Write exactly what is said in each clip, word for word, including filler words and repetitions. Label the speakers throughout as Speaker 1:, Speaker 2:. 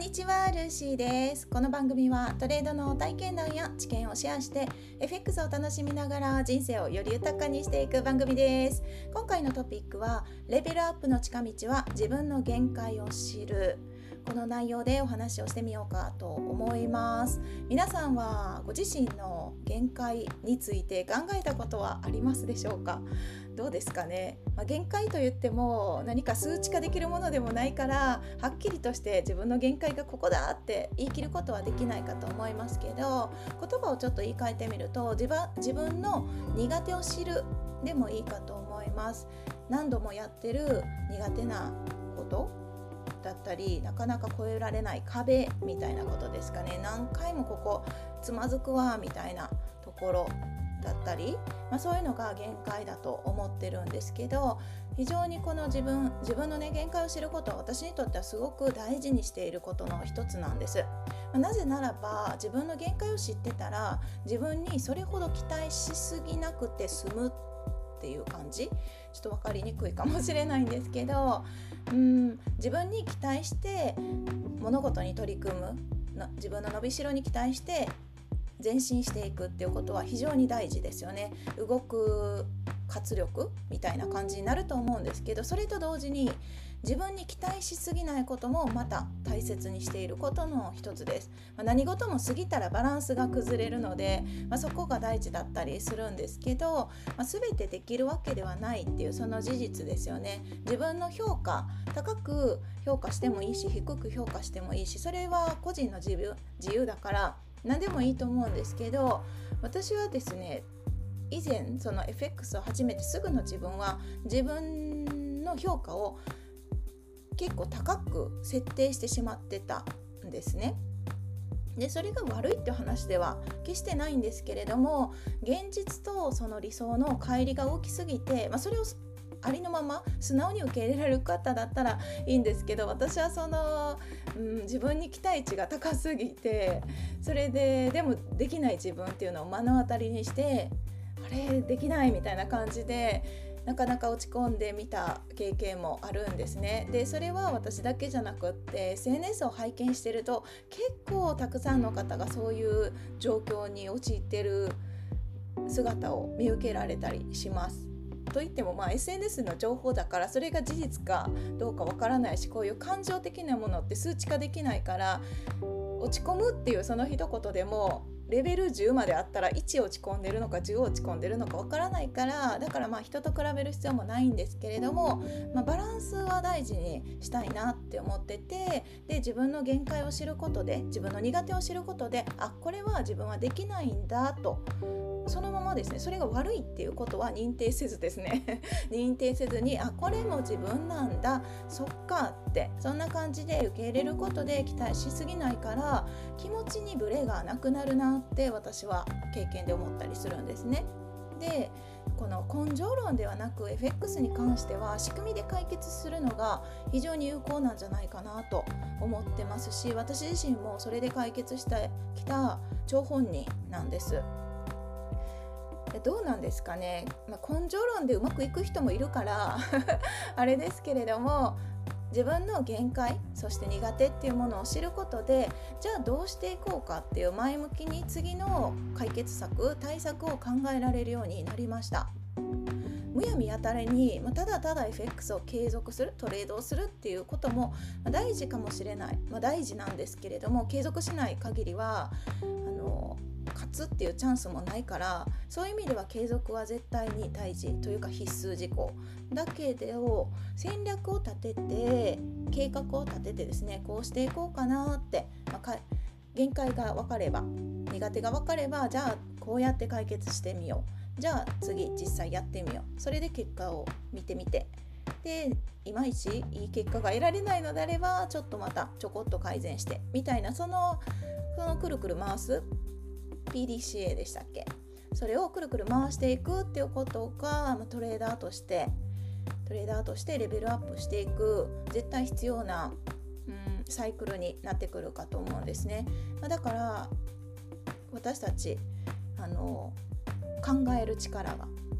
Speaker 1: にちは、ルーシーです。この番組はトレードの体験談や知見をシェアして エフエックス を楽しみながら人生をより豊かにしていく番組です。今回のトピックはレベルアップの近道は自分の限界を知る。この内容でお話をしてみようかと思います。皆さんはご自身の限界について考えたことはありますでしょうか？どうですかね、まあ、限界といっても何か数値化できるものでもないからはっきりとして自分の限界がここだって言い切ることはできないかと思いますけど、言葉をちょっと言い換えてみると自分、自分の苦手を知るでもいいかと思います。何度もやってる苦手なことだったり、なかなか越えられない壁みたいなことですかね。何回もここつまずくわみたいなところだったり、まあ、そういうのが限界だと思ってるんですけど、非常にこの自分自分のね限界を知ることは私にとってはすごく大事にしていることの一つなんです。まあ、なぜならば自分の限界を知ってたら自分にそれほど期待しすぎなくて済むっていう感じ、ちょっと分かりにくいかもしれないんですけど、うーん自分に期待して物事に取り組む、自分の伸びしろに期待して前進していくっていうことは非常に大事ですよね。動く活力みたいな感じになると思うんですけど、それと同時に自分に期待しすぎないこともまた大切にしていることの一つです。まあ、何事も過ぎたらバランスが崩れるので、まあ、そこが大事だったりするんですけど、まあ、全てできるわけではないっていうその事実ですよね。自分の評価、高く評価してもいいし低く評価してもいいし、それは個人の自由、自由だから何でもいいと思うんですけど、私はですね、以前その エフエックス を始めてすぐの自分は自分の評価を結構高く設定してしまってたんですね。でそれが悪いっていう話では決してないんですけれども、現実とその理想の乖離が大きすぎて、まあ、それをありのまま素直に受け入れられる方だったらいいんですけど、私はその、うん、自分に期待値が高すぎて、それででもできない自分っていうのを目の当たりにして、あれできないみたいな感じでなかなか落ち込んでみた経験もあるんですね。でそれは私だけじゃなくって エスエヌエス を拝見してると結構たくさんの方がそういう状況に陥ってる姿を見受けられたりします。といっても、まあ、エスエヌエス の情報だからそれが事実かどうかわからないし、こういう感情的なものって数値化できないから、落ち込むっていうその一言でもレベルじゅうまであったらいち落ち込んでるのかじゅう落ち込んでるのかわからないから、だからまあ人と比べる必要もないんですけれども、まあ、バランスは大事にしたいなって思ってて、で自分の限界を知ることで、自分の苦手を知ることで、あ、これは自分はできないんだと、そのままですね、それが悪いっていうことは認定せずですね認定せずに、あ、これも自分なんだ、そっかって、そんな感じで受け入れることで期待しすぎないから気持ちにブレがなくなるなって私は経験で思ったりするんですね。でこの根性論ではなく エフエックス に関しては仕組みで解決するのが非常に有効なんじゃないかなと思ってますし、私自身もそれで解決してきた張本人なんです。どうなんですかね、まあ、根性論でうまくいく人もいるからあれですけれども、自分の限界、そして苦手っていうものを知ることで、じゃあどうしていこうかっていう前向きに次の解決策、対策を考えられるようになりました。むやみやたらに、まあ、ただただ エフエックス を継続する、トレードをするっていうことも、まあ、大事かもしれない、まあ、大事なんですけれども、継続しない限りはあの勝つっていうチャンスもないから、そういう意味では継続は絶対に大事というか必須事項だけど、戦略を立てて計画を立ててですね、こうしていこうかなって、まあ、限界が分かれば、苦手が分かれば、じゃあこうやって解決してみよう、じゃあ次実際やってみよう、それで結果を見てみて、でいまいちいい結果が得られないのであればちょっとまたちょこっと改善してみたいな、そのそのくるくる回す ピーディーシーエー でしたっけ、それをくるくる回していくっていうことが、まあ、トレーダーとしてトレーダーとしてレベルアップしていく絶対必要な、うん、サイクルになってくるかと思うんですね。まあ、だから私たちあの考える力が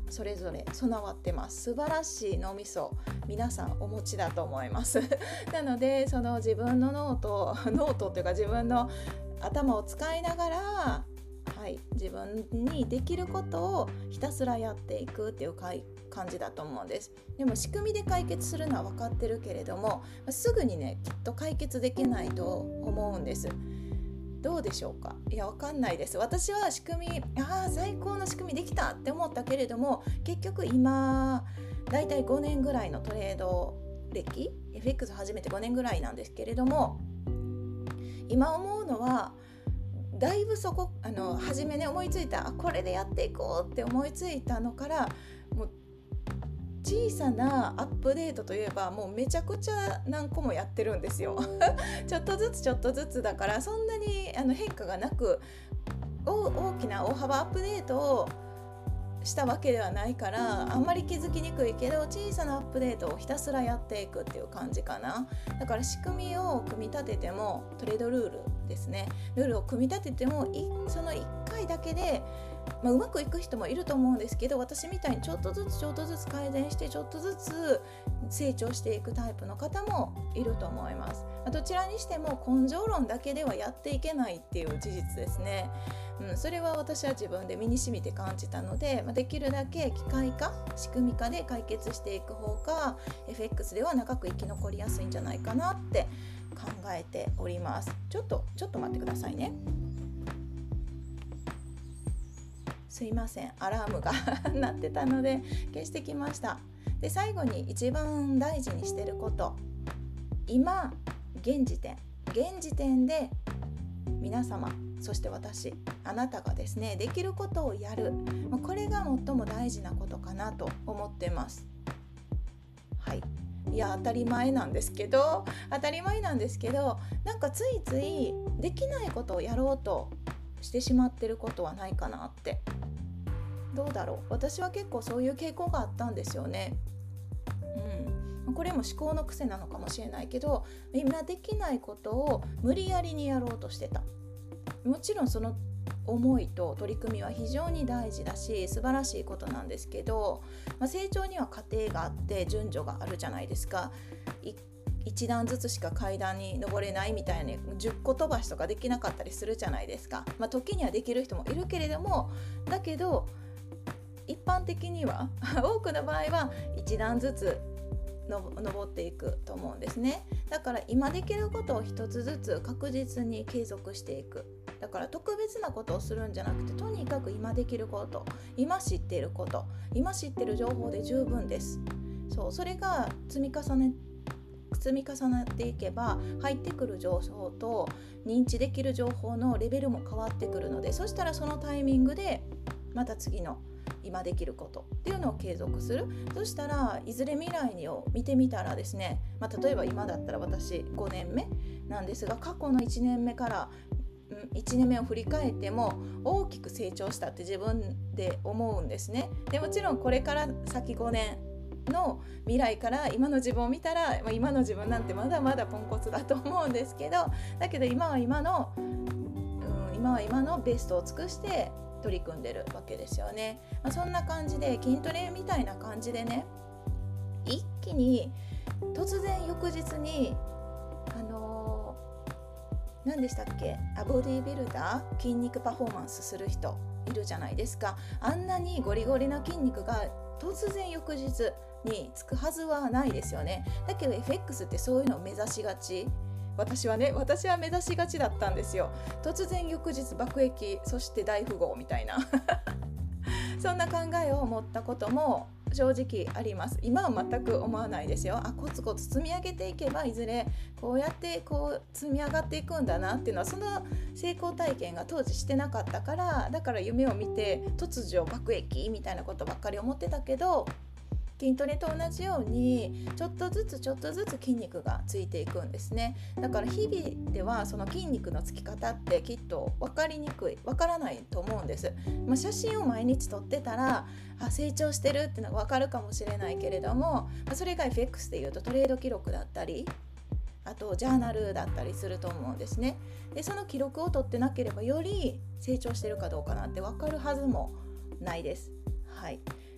Speaker 1: それぞれ備わってます。素晴らしい脳みそ皆さんお持ちだと思いますなのでその自分の脳と脳とっていうか自分の頭を使いながら、はい、自分にできることをひたすらやっていくっていう感じだと思うんです。でも仕組みで解決するのは分かってるけれども、すぐにねきっと解決できないと思うんです。どうでしょうか。いや、わかんないです。私は仕組み、ああ最高の仕組みできたって思ったけれども、結局今だいたいごねんぐらいのトレード歴 エフエックス 始めてごねんぐらいなんですけれども、今思うのはだいぶそこあの初めね思いついたあこれでやっていこうって思いついたのからもう小さなアップデートといえばもうめちゃくちゃ何個もやってるんですよちょっとずつちょっとずつだからそんなにあの変化がなく大きな大幅アップデートをしたわけではないからあんまり気づきにくいけど小さなアップデートをひたすらやっていくっていう感じかな。だから仕組みを組み立ててもトレードルールですねルールを組み立ててもそのいっかいだけでまあ、うまくいく人もいると思うんですけど私みたいにちょっとずつちょっとずつ改善してちょっとずつ成長していくタイプの方もいると思います。どちらにしても根性論だけではやっていけないっていう事実ですね、うん、それは私は自分で身に染みて感じたので、まあ、できるだけ機械化仕組み化で解決していく方が エフエックス では長く生き残りやすいんじゃないかなって考えております。ちょっとちょっと待ってくださいね。すいません、アラームが鳴ってたので消してきました。で最後に一番大事にしてること、今現時点現時点で皆様そして私あなたがですねできることをやる、これが最も大事なことかなと思ってます。はい、いや当たり前なんですけど当たり前なんですけどなんかついついできないことをやろうとしてしまってることはないかなって。どうだろう、私は結構そういう傾向があったんですよね。うん、これも思考の癖なのかもしれないけど今できないことを無理やりにやろうとしてた。もちろんその思いと取り組みは非常に大事だし素晴らしいことなんですけど、まあ、成長には過程があって順序があるじゃないですか。一段ずつしか階段に登れないみたいにじゅっこ飛ばしとかできなかったりするじゃないですか。まあ、時にはできる人もいるけれどもだけど一般的には多くの場合は一段ずつの登っていくと思うんですね。だから今できることを一つずつ確実に継続していく。だから特別なことをするんじゃなくてとにかく今できること今知っていること今知っている情報で十分です。そうそれが積み重ね積み重なっていけば入ってくる情報と認知できる情報のレベルも変わってくるのでそしたらそのタイミングでまた次の今できることっていうのを継続する。そしたらいずれ未来を見てみたらですね、まあ、例えば今だったら私ごねんめなんですが過去のいちねんめからいちねんめを振り返っても大きく成長したって自分で思うんですね。でもちろんこれから先ごねんの未来から今の自分を見たら、まあ、今の自分なんてまだまだポンコツだと思うんですけどだけど今は今の、うん、今は今のベストを尽くして取り組んでるわけですよね。まあ、そんな感じで筋トレみたいな感じでね一気に突然翌日にあのー、何でしたっけあボディービルダー筋肉パフォーマンスする人いるじゃないですか。あんなにゴリゴリな筋肉が突然翌日につくはずはないですよね。だけど エフエックス ってそういうのを目指しがち。私はね私は目指しがちだったんですよ。突然翌日爆益そして大富豪みたいなそんな考えを持ったことも正直あります。今は全く思わないですよ。あコツコツ積み上げていけばいずれこうやってこう積み上がっていくんだなっていうのはその成功体験が当時してなかったからだから夢を見て突如爆益みたいなことばっかり思ってたけど筋トレと同じようにちょっとずつちょっとずつ筋肉がついていくんですね。だから日々ではその筋肉のつき方ってきっと分かりにくい分からないと思うんです。まあ、写真を毎日撮ってたらあ成長してるっていうのが分かるかもしれないけれどもそれが エフエックス でいうとトレード記録だったりあとジャーナルだったりすると思うんですね。でその記録を取ってなければより成長してるかどうかなんて分かるはずもないです。はい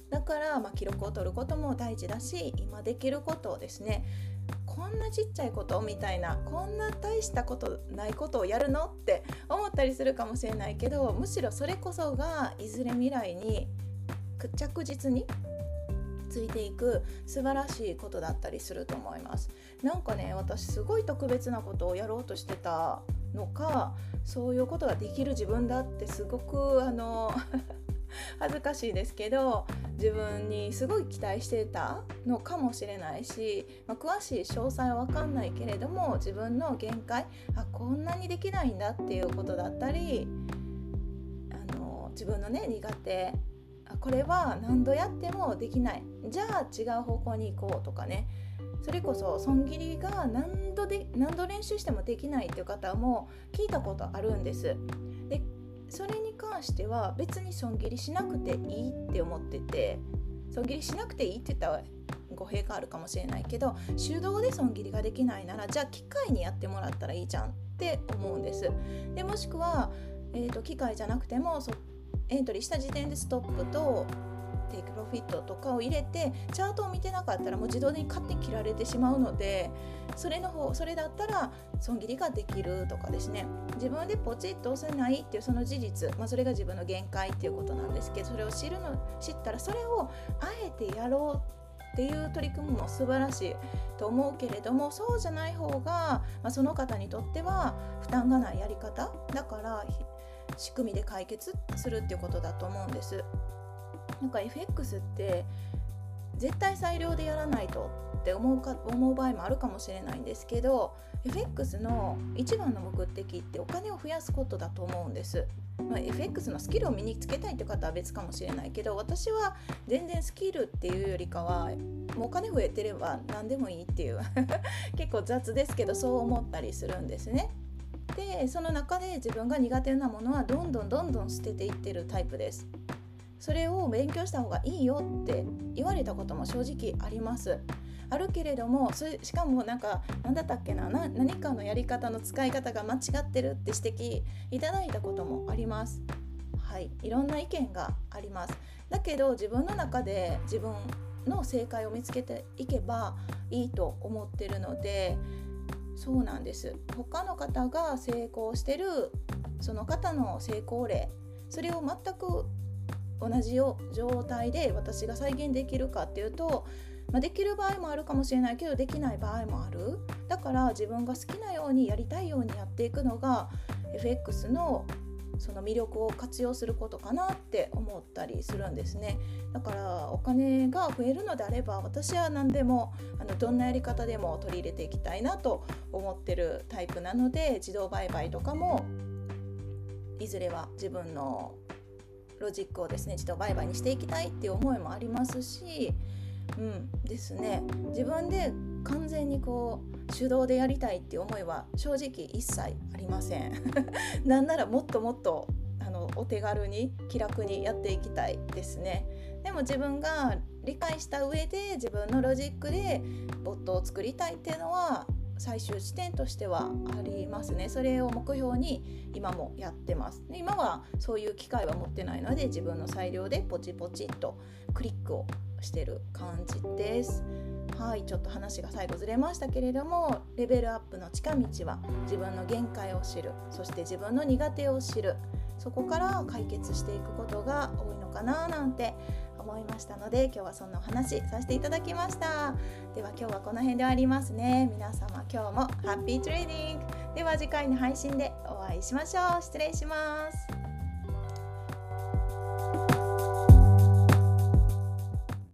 Speaker 1: だから、まあ、記録を取ることも大事だし、今できることをですね、こんなちっちゃいことみたいな、こんな大したことないことをやるのって思ったりするかもしれないけど、むしろそれこそがいずれ未来に着実についていく素晴らしいことだったりすると思います。なんかね、私すごい特別なことをやろうとしてたのか、そういうことができる自分だってすごくあの恥ずかしいですけど、自分にすごい期待してたのかもしれないし、まあ、詳しい詳細は分かんないけれども、自分の限界、あ、こんなにできないんだっていうことだったり、あの自分のね苦手、あ、これは何度やってもできない、じゃあ違う方向に行こうとかね、それこそ損切りが何度で何度練習してもできないっていう方も聞いたことあるんです。でそれに関しては別に損切りしなくていいって思ってて、損切りしなくていいって言ったら語弊があるかもしれないけど、手動で損切りができないなら、じゃあ機械にやってもらったらいいじゃんって思うんです。でもしくは、えーと、機械じゃなくてもそエントリーした時点でストップとテイクプロフィットとかを入れて、チャートを見てなかったらもう自動で勝手に切られてしまうので、それの方それだったら損切りができるとかですね、自分でポチッと押せないっていうその事実、まあ、それが自分の限界っていうことなんですけど、それを知るの知ったら、それをあえてやろうっていう取り組みも素晴らしいと思うけれども、そうじゃない方が、まあ、その方にとっては負担がないやり方だから、仕組みで解決するっていうことだと思うんです。なんか エフエックス って絶対裁量でやらないとって思うか思う場合もあるかもしれないんですけど、 エフエックス の一番の目的ってお金を増やすことだと思うんです。まあ、エフエックス のスキルを身につけたいって方は別かもしれないけど、私は全然スキルっていうよりかは、もうお金増えてれば何でもいいっていう結構雑ですけど、そう思ったりするんですね。でその中で自分が苦手なものはどんどんどんどん捨てていってるタイプです。それを勉強した方がいいよって言われたことも正直ありますあるけれども、それしかもなんか何だったっけな、な何かのやり方の使い方が間違ってるって指摘いただいたこともあります。はい、いろんな意見があります。だけど自分の中で自分の正解を見つけていけばいいと思ってるので、そうなんです。他の方が成功してるその方の成功例、それを全く同じよ状態で私が再現できるかっていうと、まあ、できる場合もあるかもしれないけどできない場合もある。だから自分が好きなようにやりたいようにやっていくのが エフエックス のその魅力を活用することかなって思ったりするんですね。だからお金が増えるのであれば、私は何でもあのどんなやり方でも取り入れていきたいなと思ってるタイプなので、自動売買とかもいずれは自分のロジックをですね自動売買にしていきたいっていう思いもありますし、うんですね、自分で完全にこう手動でやりたいっていう思いは正直一切ありませんなんならもっともっとあのお手軽に気楽にやっていきたいですね。でも自分が理解した上で自分のロジックでボットを作りたいっていうのは最終地点としてはありますね。それを目標に今もやってます。で今はそういう機会は持ってないので、自分の裁量でポチポチっとクリックをしてる感じです。はい、ちょっと話が最後ずれましたけれども、レベルアップの近道は自分の限界を知る、そして自分の苦手を知る、そこから解決していくことが多いのかななんて思いましたので、今日はそんなお話させていただきました。では今日はこの辺で終わりますね。皆様今日もハッピートレーディング。では次回の配信でお会いしましょう。失礼します。